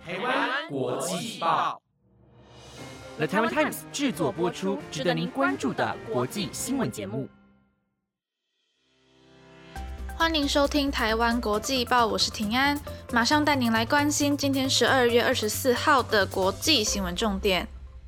台湾国际报 The Taiwan Times 制作播出，值得您关注的国际新闻节目。 欢迎收听台湾国际报，我是庭安，马上带您来关心今天12月24号的国际新闻重点。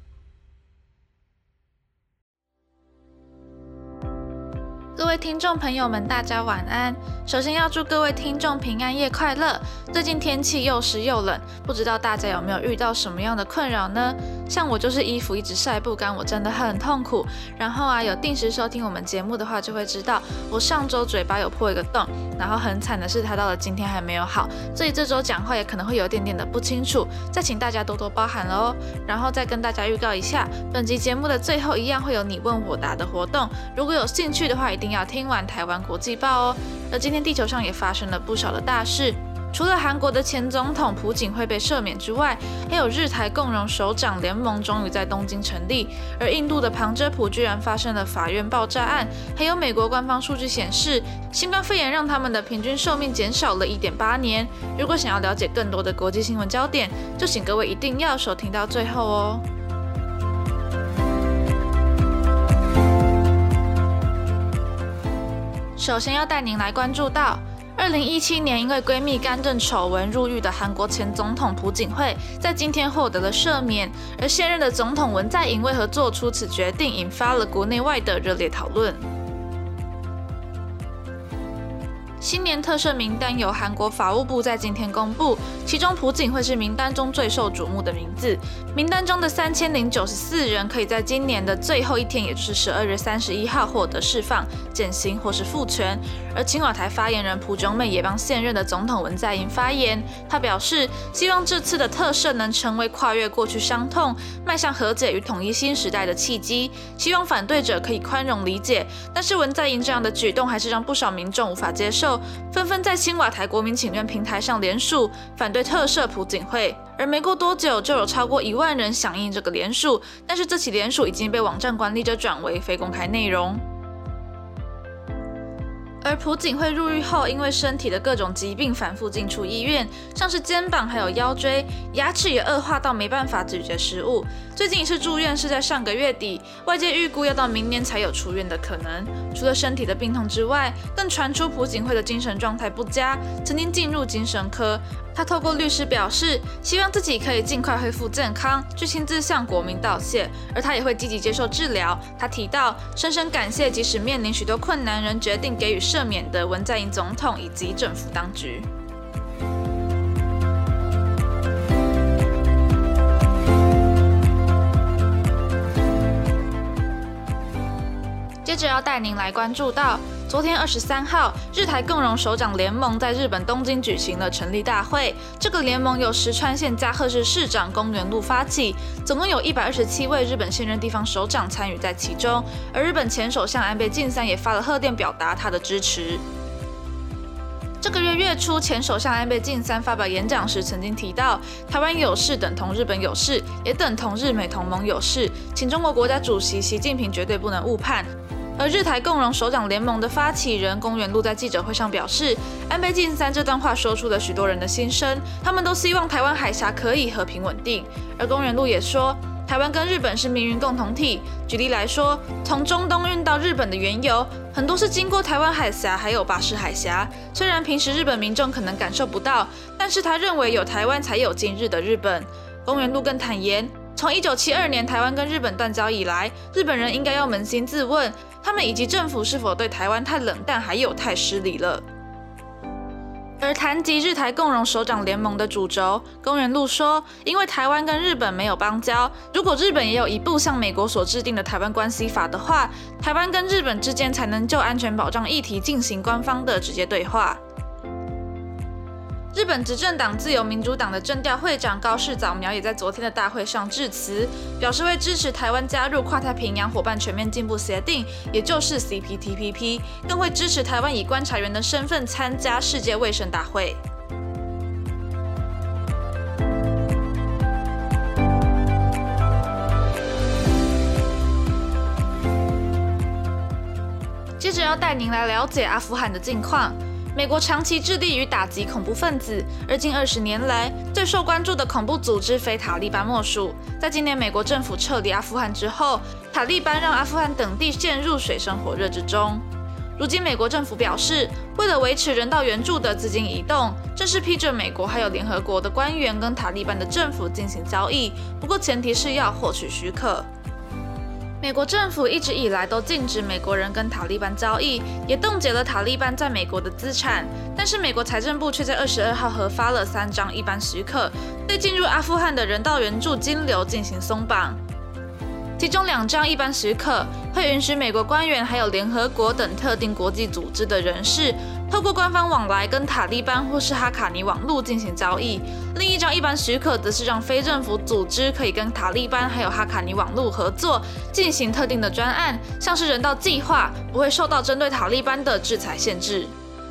各位听众朋友们，大家晚安。首先要祝各位听众平安夜快乐。最近天气又湿又冷，不知道大家有没有遇到什么样的困扰呢？像我就是衣服一直晒不干，我真的很痛苦。然后有定时收听我们节目的话，就会知道我上周嘴巴有破一个洞，然后很惨的是它到了今天还没有好，所以这周讲话也可能会有点点的不清楚，再请大家多多包涵了哦。然后再跟大家预告一下，本集节目的最后一样会有你问我答的活动，如果有兴趣的话，一定要听完台湾国际报哦。而今天地球上也发生了不少的大事，除了韩国的前总统朴槿惠被赦免之外，还有日台共荣首长联盟终于在东京成立，而印度的旁遮普居然发生了法院爆炸案，还有美国官方数据显示，新冠肺炎让他们的平均寿命减少了 1.8 年。如果想要了解更多的国际新闻焦点，就请各位一定要收听到最后哦。首先要带您来关注到2017年因为闺蜜干政丑闻入狱的韩国前总统朴槿惠，在今天获得了赦免，而现任的总统文在寅为何做出此决定，引发了国内外的热烈讨论。新年特赦名单由韩国法务部在今天公布，其中朴槿惠是名单中最受瞩目的名字。名单中的3094人可以在今年的最后一天，也就是12月31号获得释放、减刑或是复权。而青瓦台发言人朴槿惠也帮现任的总统文在寅发言，他表示希望这次的特赦能成为跨越过去伤痛、迈向和解与统一新时代的契机，希望反对者可以宽容理解。但是文在寅这样的举动还是让不少民众无法接受，纷纷在青瓦台国民请愿平台上联署反对特赦朴槿惠，而没过多久就有超过1万人响应这个联署，但是这起联署已经被网站管理者转为非公开内容。而朴槿惠入狱后，因为身体的各种疾病反复进出医院，像是肩膀还有腰椎，牙齿也恶化到没办法咀嚼食物。最近一次住院是在上个月底，外界预估要到明年才有出院的可能。除了身体的病痛之外，更传出朴槿惠的精神状态不佳，曾经进入精神科。他透过律师表示，希望自己可以尽快恢复健康，去亲自向国民道谢，而他也会积极接受治疗。他提到，深深感谢即使面临许多困难仍决定给予赦免的文在寅总统以及政府当局。接着要带您来关注到，昨天23号，日台共荣首长联盟在日本东京举行了成立大会。这个联盟由石川县加贺市市长宫原路发起，总共有127位日本现任地方首长参与在其中。而日本前首相安倍晋三也发了贺电表达他的支持。这个月月初，前首相安倍晋三发表演讲时曾经提到，台湾有事等同日本有事，也等同日美同盟有事，请中国国家主席习近平绝对不能误判。而日台共荣首长联盟的发起人宫原路在记者会上表示，安倍晋三这段话说出了许多人的心声，他们都希望台湾海峡可以和平稳定。而宫原路也说，台湾跟日本是命运共同体。举例来说，从中东运到日本的原油，很多是经过台湾海峡还有巴士海峡。虽然平时日本民众可能感受不到，但是他认为有台湾才有今日的日本。宫原路更坦言，从1972年台湾跟日本断交以来，日本人应该要扪心自问，他们以及政府是否对台湾太冷淡，还有太失礼了。而谈及日台共荣首长联盟的主轴，宫原路说，因为台湾跟日本没有邦交，如果日本也有一部像美国所制定的台湾关系法的话，台湾跟日本之间才能就安全保障议题进行官方的直接对话。日本执政党自由民主党的政调会长高市早苗也在昨天的大会上致辞，表示会支持台湾加入跨太平洋伙伴全面进步协定，也就是 CPTPP， 更会支持台湾以观察员的身份参加世界卫生大会。接着要带您来了解阿富汗的近况。 美国长期致力于打击恐怖分子，而近20年来最受关注的恐怖组织非塔利班莫属。在今年美国政府撤离阿富汗之后，塔利班让阿富汗等地陷入水深火热之中。如今，美国政府表示，为了维持人道援助的资金移动，正式批准美国还有联合国的官员跟塔利班的政府进行交易，不过前提是要获取许可。美国政府一直以来都禁止美国人跟塔利班交易，也冻结了塔利班在美国的资产。但是美国财政部却在22号核发了3张一般许可，对进入阿富汗的人道援助金流进行松绑。其中2张一般许可会允许美国官员还有联合国等特定国际组织的人士，透过官方往来跟塔利班或是哈卡尼网络进行交易。另一张一般许可则是让非政府组织可以跟塔利班还有哈卡尼网络合作，进行特定的专案，像是人道计划，不会受到针对塔利班的制裁限制。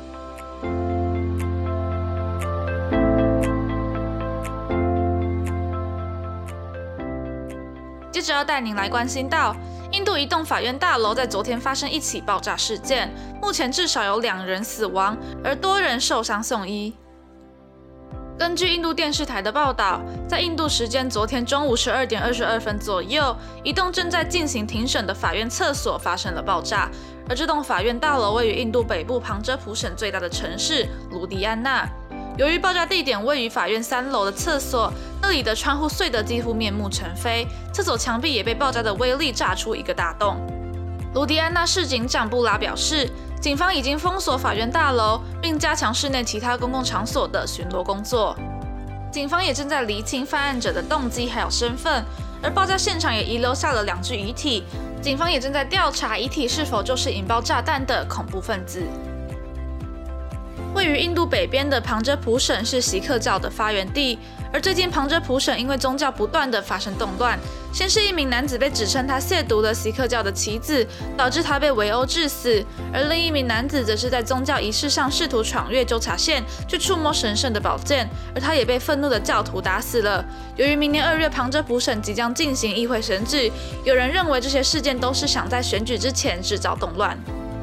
接着要带您来关心到，印度一栋法院大楼在昨天发生一起爆炸事件，目前至少有2人死亡，而多人受伤送医。根据印度电视台的报道，在印度时间昨天中午12点22分左右，一栋正在进行庭审的法院厕所发生了爆炸，而这栋法院大楼位于印度北部旁遮普省最大的城市卢迪安纳。由于爆炸地点位于法院3楼的厕所，那里的窗户碎得几乎面目全非，厕所墙壁也被爆炸的威力炸出一个大洞。卢迪安纳市警长布拉表示，警方已经封锁法院大楼，并加强市内其他公共场所的巡逻工作。警方也正在厘清犯案者的动机还有身份，而爆炸现场也遗留下了2具遗体，警方也正在调查遗体是否就是引爆炸弹的恐怖分子。位于印度北边的旁遮普省是锡克教的发源地，而最近旁遮普省因为宗教不断的发生动乱，先是一名男子被指称他亵渎了锡克教的旗子，导致他被围殴致死，而另一名男子则是在宗教仪式上试图闯越纠察线，去触摸神圣的宝剑，而他也被愤怒的教徒打死了。由于明年2月旁遮普省即将进行议会选举，有人认为这些事件都是想在选举之前制造动乱。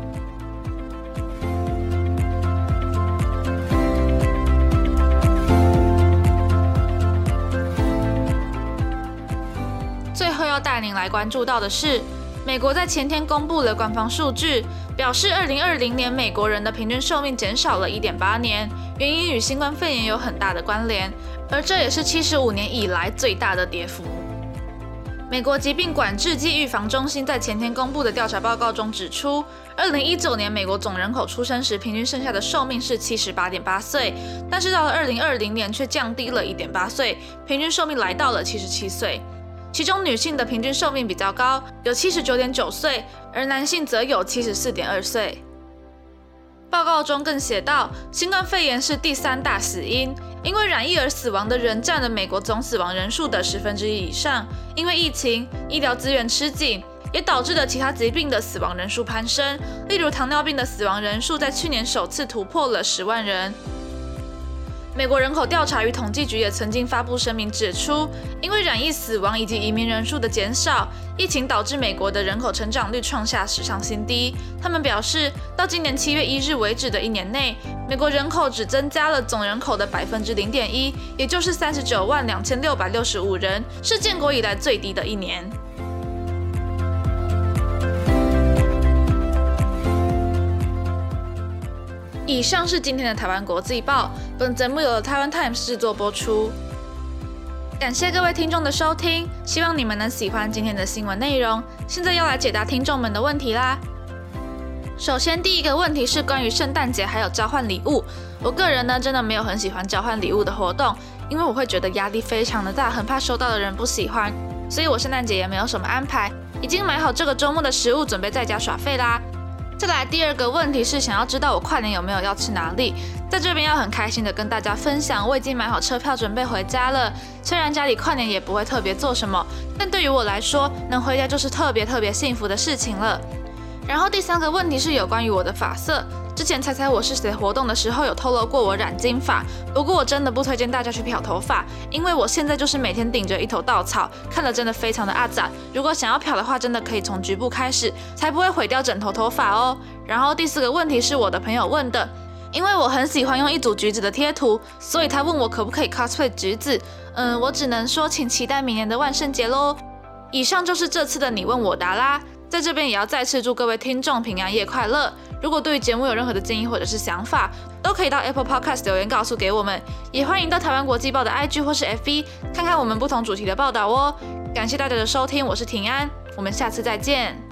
最后要带您来关注到的是，美国在前天公布了官方数据，表示2020年美国人的平均寿命减少了 1.8 年，原因与新冠肺炎有很大的关联，而这也是75年以来最大的跌幅。美国疾病管制暨预防中心在前天公布的调查报告中指出，2019年美国总人口出生时平均剩下的寿命是 78.8 岁，但是到了2020年却降低了 1.8 岁，平均寿命来到了77岁。其中女性的平均寿命比较高，有 79.9 岁，而男性则有 74.2 岁。报告中更写道，新冠肺炎是第3大死因，因为染疫而死亡的人占了美国总死亡人数的1/10以上。因为疫情，医疗资源吃紧，也导致了其他疾病的死亡人数攀升，例如糖尿病的死亡人数在去年首次突破了10万人。美国人口调查与统计局也曾经发布声明指出，因为染疫死亡以及移民人数的减少，疫情导致美国的人口成长率创下史上新低。他们表示，到今年7月1日为止的1年内，美国人口只增加了总人口的 0.1%， 也就是392665人，是建国以来最低的一年。以上是今天的台湾国际报，本节目由台湾 Times 制作播出。感谢各位听众的收听，希望你们能喜欢今天的新闻内容。现在要来解答听众们的问题啦。首先，第一个问题是关于圣诞节还有交换礼物。我个人呢，真的没有很喜欢交换礼物的活动，因为我会觉得压力非常的大，很怕收到的人不喜欢，所以我圣诞节也没有什么安排，已经买好这个周末的食物，准备在家耍废啦。再来第二个问题是想要知道我跨年有没有要去哪里，在这边要很开心的跟大家分享，我已经买好车票准备回家了。虽然家里跨年也不会特别做什么，但对于我来说，能回家就是特别幸福的事情了。然后第三个问题是有关于我的发色，之前猜猜我是谁活动的时候有透露过我染金发，不过我真的不推荐大家去漂头发，因为我现在就是每天顶着一头稻草，看了真的非常的阿杂。如果想要漂的话，真的可以从局部开始，才不会毁掉整头头发哦。然后第四个问题是我的朋友问的， 因为我很喜欢用一组橘子的贴图，所以他问我可不可以 cosplay 橘子。我只能说请期待明年的万圣节咯。以上就是这次的你问我答啦，在这边也要再次祝各位听众平安夜快乐。如果对于节目有任何的建议或者是想法，都可以到 Apple Podcast 留言告诉给我们，也欢迎到台湾国际报的 IG 或是 FB 看看我们不同主题的报道哦。感谢大家的收听，我是庭安，我们下次再见。